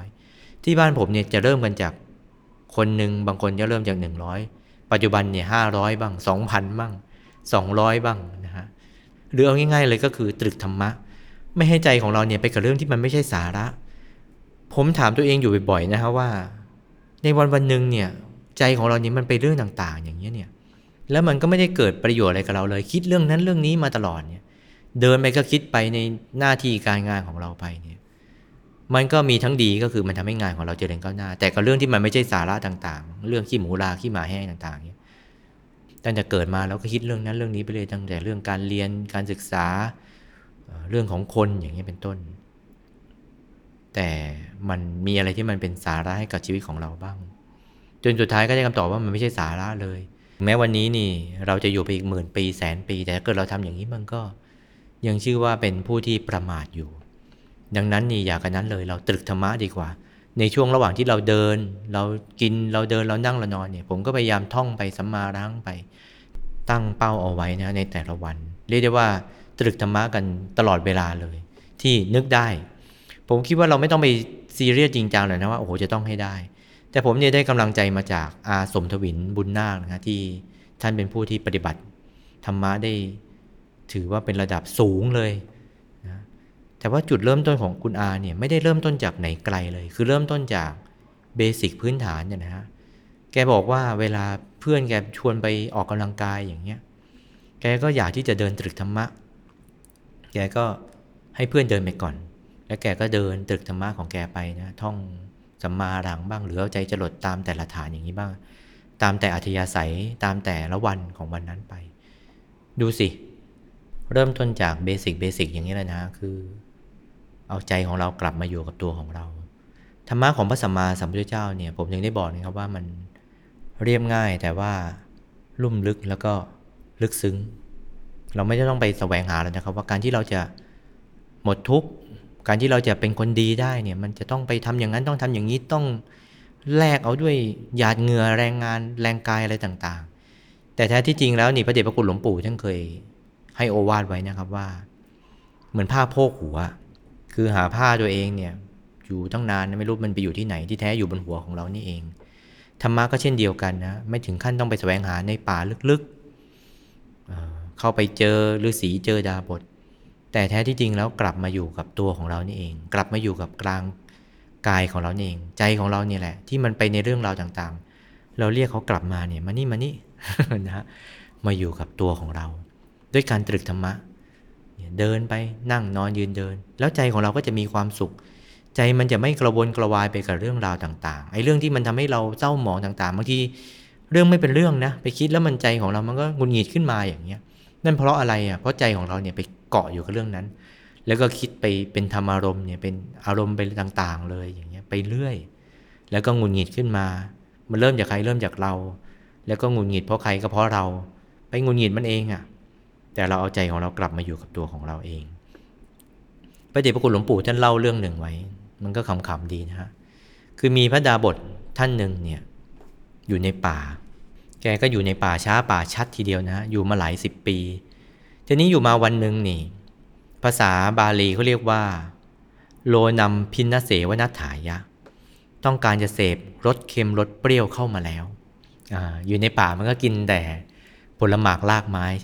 [SPEAKER 1] 200ที่บ้านผมเนี่ยจะเริ่มกันจากคนหนึ่งบางคนจะเริ่มจาก100ปัจจุบันเนี่ย500บ้าง 2,000 บ้าง200บ้างนะฮะหรือเอาง่ายๆเลยก็คือตรึกธรรมะไม่ให้ใจของเราเนี่ยไปกับเรื่องที่มันไม่ใช่สาระผมถามตัวเองอยู่บ่อยๆนะฮะว่าในวันๆนึงเนี่ยใจของเราเนี่ยมันไปเรื่องต่างๆอย่างนี้เนี่ยแล้วมันก็ไม่ได้เกิดประโยชน์อะไรกับเราเลยคิดเรื่องนั้นเรื่องนี้มาตลอดเนี่ยเดินไปก็คิดไปในหน้าที่การงานของเราไปเนี่ยมันก็มีทั้งดีก็คือมันทำให้งานของเราเจริญก้าวหน้าแต่กับเรื่องที่มันไม่ใช่สาระต่างๆเรื่องขี้หมูลาขี้หมาแห้งต่างๆเนี่ยตั้งแต่เกิดมาเราก็คิดเรื่องนั้นเรื่องนี้ไปเลยตั้งแต่เรื่องการเรียนการศึกษาเรื่องของคนอย่างนี้เป็นต้นแต่มันมีอะไรที่มันเป็นสาระให้กับชีวิตของเราบ้างจนสุดท้ายก็ได้คำตอบว่ามันไม่ใช่สาระเลยแม้วันนี้นี่เราจะอยู่ไปอีก10,000 ปี100,000 ปีแต่ถ้าเกิดเราทำอย่างนี้มันก็ยังชื่อว่าเป็นผู้ที่ประมาทอยู่ดังนั้นนี่อย่ากันนั้นเลยเราตรึกธรรมะดีกว่าในช่วงระหว่างที่เราเดินเรากินเราเดินเรานั่งเรานอนเนี่ยผมก็พยายามท่องไปสัมมารั้งไปตั้งเป้าเอาไว้นะในแต่ละวันเรียกได้ว่าตรึกธรรมะกันตลอดเวลาเลยที่นึกได้ผมคิดว่าเราไม่ต้องไปซีเรียสจริงจังเลยนะว่าโอ้โหจะต้องให้ได้แต่ผมเนี่ยได้กำลังใจมาจากอาสมทวินบุญนาคนะที่ท่านเป็นผู้ที่ปฏิบัติธรรมะได้ถือว่าเป็นระดับสูงเลยนะแต่ว่าจุดเริ่มต้นของคุณอาเนี่ยไม่ได้เริ่มต้นจากไหนไกลเลยคือเริ่มต้นจากเบสิกพื้นฐานเนี่ยนะฮะแกบอกว่าเวลาเพื่อนแกชวนไปออกกำลังกายอย่างเงี้ยแกก็อยากที่จะเดินตรึกธรรมะแกก็ให้เพื่อนเดินไปก่อนแล้วแกก็เดินตรึกธรรมะของแกไปนะท่องสัมมารังบ้างหรือเอาใจจรดตามแต่ละฐานอย่างนี้บ้างตามแต่อัธยาศัยตามแต่ละวันของวันนั้นไปดูสิเริ่มต้นจากเบสิกอย่างนี้เลยนะคือเอาใจของเรากลับมาอยู่กับตัวของเราธรรมะของพระสัมมาสัมพุทธเจ้าเนี่ยผมยังได้บอกนะครับว่ามันเรียบง่ายแต่ว่าลุ่มลึกแล้วก็ลึกซึ้งเราไม่ต้องไปแสวงหาแล้วนะครับว่าการที่เราจะหมดทุกข์การที่เราจะเป็นคนดีได้เนี่ยมันจะต้องไปทำอย่างนั้นต้องทำอย่างนี้ต้องแลกเอาด้วยหยาดเหงื่อแรงงานแรงกายอะไรต่างๆแต่แท้ที่จริงแล้วนี่พระเดชพระคุณหลวงปู่ท่านเคยให้โอวาทไว้นะครับว่าเหมือนผ้าโพกหัวคือหาผ้าตัวเองเนี่ยอยู่ตั้งนานไม่รู้มันไปอยู่ที่ไหนที่แท้อยู่บนหัวของเรานี่เองธรรมะก็เช่นเดียวกันนะไม่ถึงขั้นต้องไปแสวงหาในป่าลึกๆเข้าไปเจอฤาษีเจอดาบทแต่แท้ที่จริงแล้วกลับมาอยู่กับตัวของเรานี่เองกลับมาอยู่กับกลางกายของเรานี่เองใจของเราเนี่ยแหละที่มันไปในเรื่องราวต่างๆเราเรียกเขากลับมาเนี่ยมานี่นะฮะมาอยู่กับตัวของเราด้วยการตรึกธรรมะเดินไปนั่งนอนยืนเดินแล้วใจของเราก็จะมีความสุขใจมันจะไม่กระวนกระวายไปกับเรื่องราวต่างๆไอ้เรื่องที่มันทำให้เราเศร้าหมองต่างๆบางทีเรื่องไม่เป็นเรื่องนะไปคิดแล้วมันใจของเรามันก็หงุดหงิดขึ้นมาอย่างเงี้ยนั่นเพราะอะไรอ่ะเพราะใจของเราเนี่ยไปเกาะอยู่กับเรื่องนั้นแล้วก็คิดไปเป็นธรรมอารมณ์เนี่ยเป็นอารมณ์ไปต่างๆเลยอย่างเงี้ยไปเรื่อยแล้วก็หงุดหงิดขึ้นมามันเริ่มจากใครเริ่มจากเราแล้วก็หงุดหงิดเพราะใครก็เพราะเราไปหงุดหงิดมันเองอ่ะแต่เราเอาใจของเรากลับมาอยู่กับตัวของเราเองพระเดชพระคุณหลวงปู่ท่านเล่าเรื่องหนึ่งไว้มันก็ขำๆดีนะฮะคือมีพระดาบทท่านหนึ่งเนี่ยอยู่ในป่าแกก็อยู่ในป่าช้าป่าชัดทีเดียวนะอยู่มาหลาย10 ปีทีนี้อยู่มาวันหนึ่งนี่ภาษาบาลีเขาเรียกว่าโลนัมพินเสวนัฏฐายะต้องการจะเสพรสเค็มรสเปรี้ยวเข้ามาแล้วอยู่ในป่ามันก็กินแต่ผลหมากรากไม้ใช่ไหม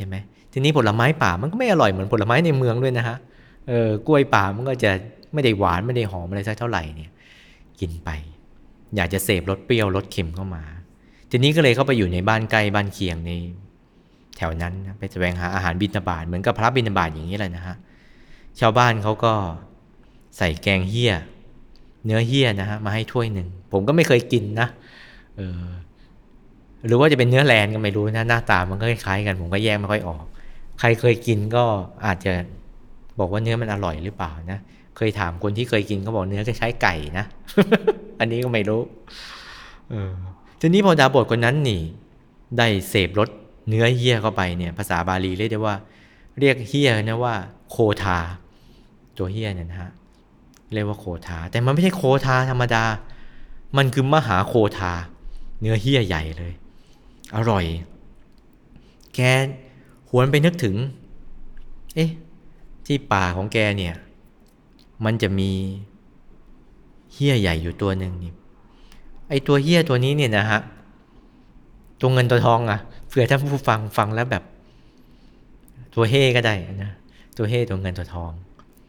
[SPEAKER 1] ทีนี้ผลไม้ป่ามันก็ไม่อร่อยเหมือนผลไม้ในเมืองด้วยนะฮะกล้วยป่ามันก็จะไม่ได้หวานไม่ได้หอมอะไรสักเท่าไหร่เนี่ยกินไปอยากจะเสพรสเปรี้ยวรสเค็มเข้ามาทีนี้ก็เลยเข้าไปอยู่ในบ้านใกล้บ้านเคียงในแถวนั้นนะไปแสวงหาอาหารบิณฑบาตเหมือนกับพระบิณฑบาตอย่างนี้แหละนะฮะชาวบ้านเขาก็ใส่แกงเหี้ยเนื้อเหี้ยนะฮะมาให้ถ้วยหนึ่งผมก็ไม่เคยกินนะหรือว่าจะเป็นเนื้อแลนก็ไม่รู้นะหน้าตามันก็คล้ายๆกันผมก็แยกไม่ค่อยออกใครเคยกินก็อาจจะบอกว่าเนื้อมันอร่อยหรือเปล่านะเคยถามคนที่เคยกินเขาบอกเนื้อคล้ายๆไก่นะ อันนี้ก็ไม่รู้ทีนี้พอดาบทคนนั้นนี่ได้เสพรสเนื้อเหี้ยเข้าไปเนี่ยภาษาบาลีเรียกได้ว่าเรียกเหี้ยนะว่าโคทาตัวเหี้ยเนี่ยนะฮะเรียกว่าโคทาแต่มันไม่ใช่โคทาธรรมดามันคือมหาโคทาเนื้อเหี้ยใหญ่เลยอร่อยแกหวนไปนึกถึงที่ป่าของแกเนี่ยมันจะมีเหี้ยใหญ่อยู่ตัวหนึ่งนี่ไอตัวเหี้ยตัวนี้เนี่ยนะฮะตัวเงินตัวทองเผื่อท่านผู้ฟังแล้วแบบตัวเฮ่ก็ได้นะตัวเฮ่ตัวเงินตัวทอง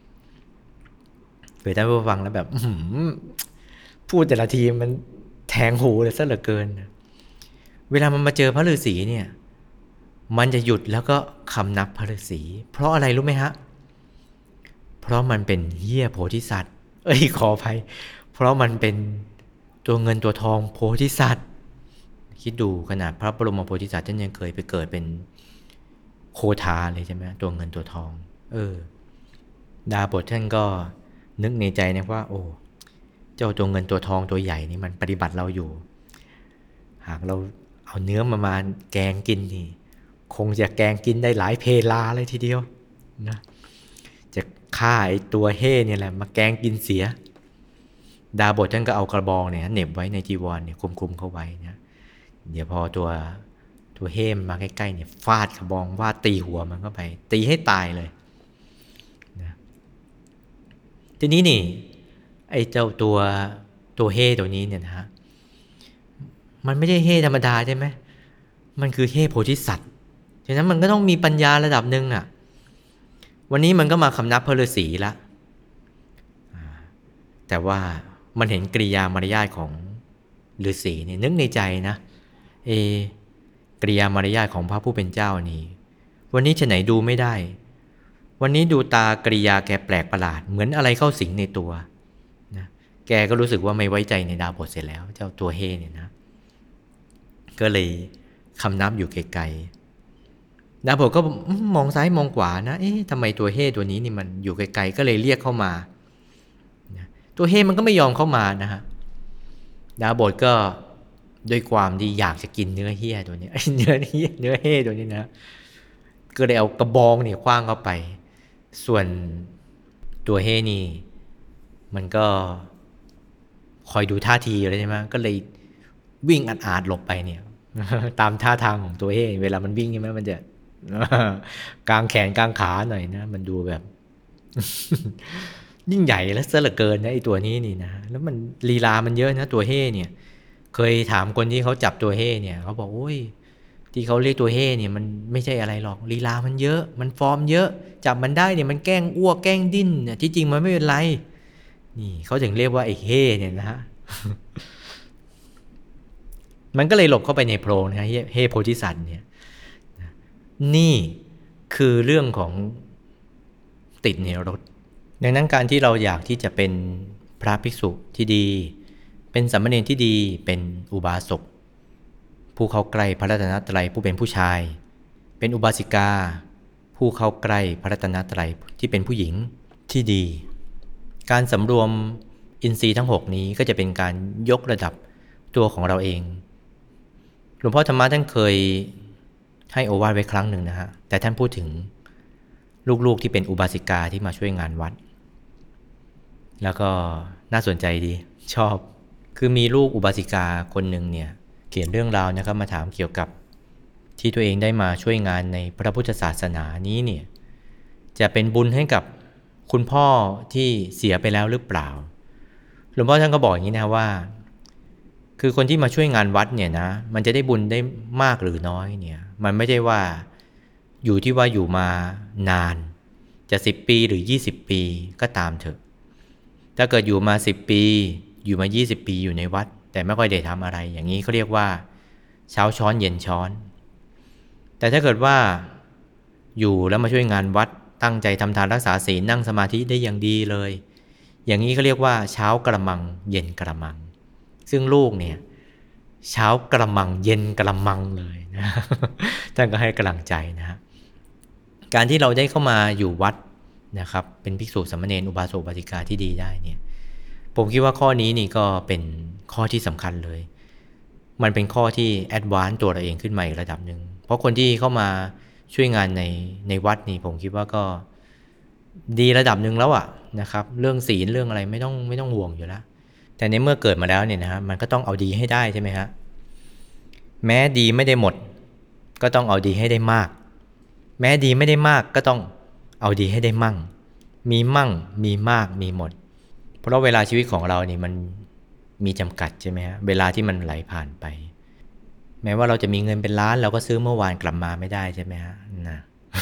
[SPEAKER 1] เผื่อท่านผู้ฟังแล้วแบบพูดแต่ละทีมันแทงหูเลยซะเหลือเกินเวลามันมาเจอพระฤาษีเนี่ยมันจะหยุดแล้วก็คำนับพระฤาษีเพราะอะไรรู้ไหมฮะเพราะมันเป็นเหี้ยโพธิสัตว์ขออภัยเพราะมันเป็นตัวเงินตัวทองโพธิสัตว์คิดดูขนาดพระบรมโพธิสัตว์ท่านยังเคยไปเกิดเป็นโคทาเลยใช่ไหมตัวเงินตัวทองดาบทท่านก็นึกในใจนะว่าโอ้เจ้าตัวเงินตัวทองตัวใหญ่นี่มันปฏิบัติเราอยู่หากเราเอาเนื้อมาแกงกินนี่คงจะแกงกินได้หลายเพลาเลยทีเดียวนะจะฆ่าไอ้ตัวเฮ่เนี่ยแหละมาแกงกินเสียดาบทท่านก็เอากระบองเนี่ยเหน็บไว้ในจีวรเนี่ยคลุมเข้าไว้นะเดี๋ยวพอตัวเฮ่มาใกล้ๆเนี่ยฟาดกระบองว่าตีหัวมันเข้าไปตีให้ตายเลยนะทีนี้นี่ไอ้เจ้าตัวเฮ่ตัวนี้เนี่ยนะฮะมันไม่ใช่เฮ่ธรรมดาใช่ไหมมันคือเฮ่โพธิสัตว์ฉะนั้นมันก็ต้องมีปัญญาระดับหนึ่งวันนี้มันก็มาคำนับพระฤาษีละแต่ว่ามันเห็นกริยามารยาทของฤาษีนี่นึกในใจนะกริยามารยาทของพระผู้เป็นเจ้านี่วันนี้ฉะไหนดูไม่ได้วันนี้ดูตากริยาแกแปลกประหลาดเหมือนอะไรเข้าสิงในตัวนะแกก็รู้สึกว่าไม่ไว้ใจในดาบทเสร็จแล้วเจ้าตัวเฮเนี่ยนะก็เลยคำนับอยู่ไกลๆดาบทก็มองซ้ายมองขวานะทำไมตัวเฮตัวนี้นี่มันอยู่ไกลๆก็เลยเรียกเข้ามาตัวเฮมันก็ไม่ยอมเข้ามานะฮะดาบทก็ด้วยความที่อยากจะกินเนื้อเฮี้ยตัวนี้เนื้อเฮ่ตัวนี้นะก็เลยเอากระบองเนี่ยคว้างเข้าไปส่วนตัวเฮ่นี่มันก็คอยดูท่าทีเลยใช่ไหมก็เลยวิ่งอาดหลบไปเนี่ยตามท่าทางของตัวเฮ่เวลามันวิ่งใช่ไหมมันจะกางแขนกางขาหน่อยนะมันดูแบบยิ่งใหญ่และเสือเหลือเกินนะไอ้ตัวนี้นี่นะแล้วมันลีลามันเยอะนะตัวเฮ่เนี่ยเคยถามคนที่เขาจับตัวเฮ่เนี่ยเขาบอกโอ้ยที่เขาเรียกตัวเฮ่เนี่ยมันไม่ใช่อะไรหรอกลีลามันเยอะมันฟอร์มเยอะจับมันได้เนี่ยมันแกล้งอ้วกแกล้งดิ้นเนี่ยที่จริงมันไม่เป็นไรนี่เขาถึงเรียกว่าไอ้เฮ่เนี่ยนะฮะ มันก็เลยหลบเข้าไปในโพรงนะเฮ่โพธิสัตว์เนี่ยนี่คือเรื่องของติดในรถดังนั้นการที่เราอยากที่จะเป็นพระภิกษุที่ดีเป็นสามเณรที่ดีเป็นอุบาสกผู้เข้าใกล้พระรัตนตรัยผู้เป็นผู้ชายเป็นอุบาสิกาผู้เข้าใกล้พระรัตนตรัยที่เป็นผู้หญิงที่ดีการสำรวมอินทรีย์ทั้ง6นี้ก็จะเป็นการยกระดับตัวของเราเองหลวงพ่อธรรมะท่านเคยให้โอวาทไว้ครั้งหนึ่งนะฮะแต่ท่านพูดถึงลูกๆที่เป็นอุบาสิกาที่มาช่วยงานวัดแล้วก็น่าสนใจดีชอบคือมีลูกอุบาสิกาคนหนึ่งเนี่ยเขียนเรื่องราวนะครับมาถามเกี่ยวกับที่ตัวเองได้มาช่วยงานในพระพุทธศาสนานี้เนี่ยจะเป็นบุญให้กับคุณพ่อที่เสียไปแล้วหรือเปล่าหลวงพ่อท่านก็บอกอย่างนี้นะว่าคือคนที่มาช่วยงานวัดเนี่ยนะมันจะได้บุญได้มากหรือน้อยเนี่ยมันไม่ใช่ว่าอยู่ที่ว่าอยู่มานานจะ10 ปีหรือ20 ปีก็ตามเถอะถ้าเกิดอยู่มา10 ปีอยู่มา20 ปีอยู่ในวัดแต่ไม่ค่อยได้ทำอะไรอย่างนี้เขาเรียกว่าเช้าช้อนเย็นช้อนแต่ถ้าเกิดว่าอยู่แล้วมาช่วยงานวัดตั้งใจทำทานรักษาศีลนั่งสมาธิได้อย่างดีเลยอย่างนี้เขาเรียกว่าเช้ากระมังเย็นกระมังซึ่งลูกเนี่ยเช้ากระมังเย็นกระมังเลยนะท่านก็ให้กำลังใจนะการที่เราได้เข้ามาอยู่วัดนะครับเป็นภิกษุสามเณรอุบาสกอุบาสิกาที่ดีได้เนี่ยผมคิดว่าข้อนี้นี่ก็เป็นข้อที่สำคัญเลยมันเป็นข้อที่แอดวานซ์ตัวเราเองขึ้นมาอีกระดับหนึ่งเพราะคนที่เข้ามาช่วยงานในวัดนี่ผมคิดว่าก็ดีระดับหนึ่งแล้วอะนะครับเรื่องศีลเรื่องอะไรไม่ต้องห่วงอยู่แล้วแต่ในเมื่อเกิดมาแล้วเนี่ยนะฮะมันก็ต้องเอาดีให้ได้ใช่ไหมฮะแม้ดีไม่ได้หมดก็ต้องเอาดีให้ได้มากแม้ดีไม่ได้มากก็ต้องเอาดีให้ได้มั่งมีมั่งมีมากมีหมดเพราะเวลาชีวิตของเรานี่มันมีจำกัดใช่ไหมฮะเวลาที่มันไหลผ่านไปแม้ว่าเราจะมีเงินเป็นล้านเราก็ซื้อเมื่อวานกลับมาไม่ได้ใช่ไหมฮะนะ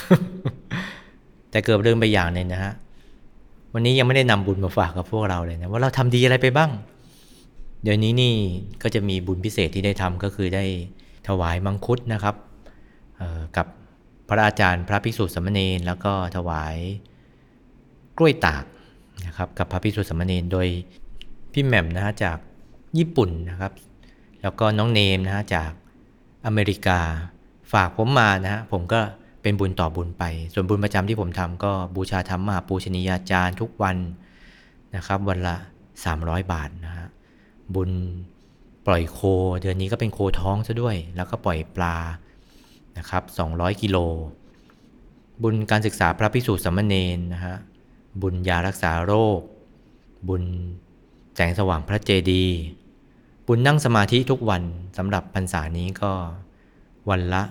[SPEAKER 1] แต่เกิดเรื่องไปอย่างนึงนะฮะวันนี้ยังไม่ได้นำบุญมาฝากกับพวกเราเลยนะว่าเราทำดีอะไรไปบ้างเดี๋ยวนี้นี่ก็จะมีบุญพิเศษที่ได้ทำก็คือได้ถวายมังคุดนะครับกับพระอาจารย์พระภิกษุสามเณรแล้วก็ถวายกล้วยตากนะครับกับพระภิกษุสามเณรโดยพี่แหม่มนะฮะจากญี่ปุ่นนะครับแล้วก็น้องเนมนะฮะจากอเมริกาฝากผมมานะฮะผมก็เป็นบุญต่อบุญไปส่วนบุญประจำที่ผมทำก็บูชาธรรมมหาปูชนียาจารย์ทุกวันนะครับวันละ300 บาทนะฮะบุญปล่อยโคเดือนนี้ก็เป็นโคท้องซะด้วยแล้วก็ปล่อยปลานะครับ200 กิโลบุญการศึกษาพระภิกษุสามเณรนะฮะบุญยารักษาโรคบุญแสงสว่างพระเจดีย์บุญนั่งสมาธิทุกวันสำหรับพรรษานี้ก็วันละ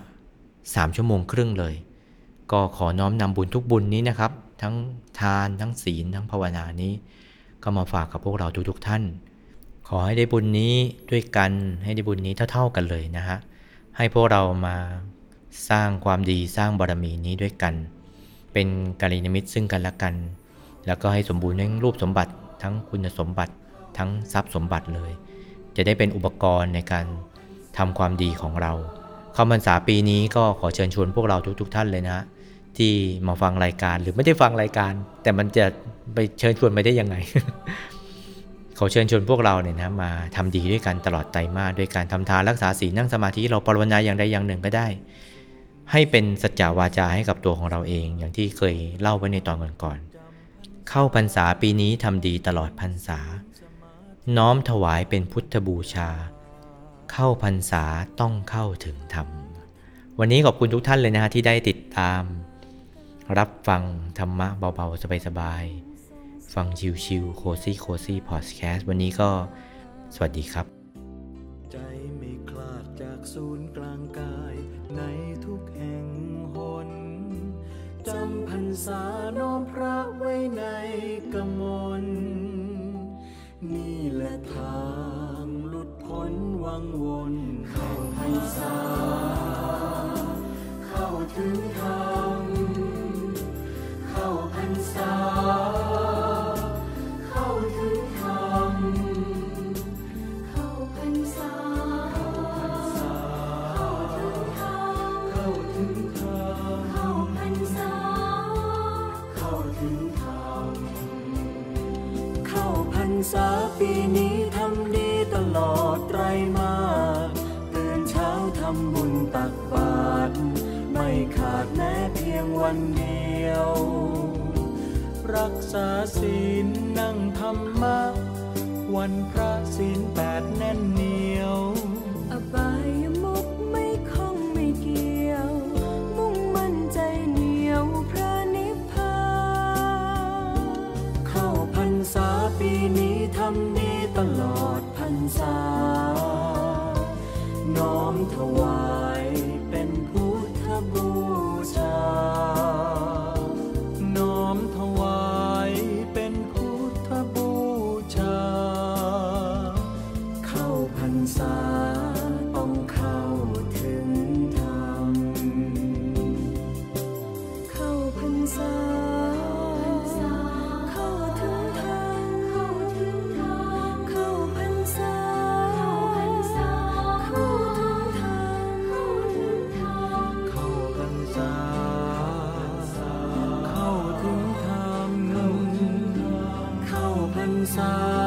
[SPEAKER 1] 3 ชั่วโมงครึ่งเลยก็ขอน้อมนำบุญทุกบุญนี้นะครับทั้งทานทั้งศีลทั้งภาวนานี้ก็มาฝากกับพวกเราทุกท่านขอให้ได้บุญนี้ด้วยกันให้ได้บุญนี้เท่าๆกันเลยนะฮะให้พวกเรามาสร้างความดีสร้างบารมีนี้ด้วยกันเป็นกัลยาณมิตรซึ่งกันและกันแล้วก็ให้สมบูรณ์ทั้งรูปสมบัติทั้งคุณสมบัติทั้งทรัพย์สมบัติเลยจะได้เป็นอุปกรณ์ในการทำความดีของเราเข้าพรรษาปีนี้ก็ขอเชิญชวนพวกเราทุกท่านเลยนะที่มาฟังรายการหรือไม่ได้ฟังรายการแต่มันจะไปเชิญชวนไปได้ยังไง ขอเชิญชวนพวกเราเนี่ยนะมาทำดีด้วยกันตลอดไตรมาสด้วยการทำทานรักษาศีลนั่งสมาธิเราภาวนาอย่างใดอย่างหนึ่งก็ได้ให้เป็นสัจจวาจาให้กับตัวของเราเองอย่างที่เคยเล่าไว้ในตอนก่อนๆเข้าพรรษาปีนี้ทำดีตลอดพรรษาน้อมถวายเป็นพุทธบูชาเข้าพรรษาต้องเข้าถึงธรรมวันนี้ขอบคุณทุกท่านเลยนะฮะที่ได้ติดตามรับฟังธรรมะเบาๆสบายๆฟังชิวๆโคซี่พอดแคสต์วันนี้ก็สวัสดีครับ
[SPEAKER 2] ใจไม่คลาดจากศูนย์กลางกายในทุกแห่งหนจำพรรษาน้อมพระไว้ในกมลนี่แหละทางหลุดพ้นวังวนเข้าพรรษาเข้าถึงธรรมเข้าพรรษาเข้าถึงธรรมเข้าพรรษาเข้าถึงธรรมเข้าพรรษาเข้าถึงธรรมเข้าพรรษาปีนี้ทำดีตลอดไตรมาสตื่นเช้าทำบุญตักบาตรไม่ขาดแม้เพียงวันเดียวรักษาศีลนั่งธรรมะวันพระศีล8แน่นเหนียวอบายมุขไม่คล้องไม่เกี่ยวมุ่งมั่นใจเหนียวพระนิพพานเข้าพรรษาปีนี้ทำดีตลอดพรรษาน้อมถวายเป็นพุทธบูชาน้อมถวายเป็นพุทธบูชาเข้าพรรษาต้องเข้าถึงธรรมษา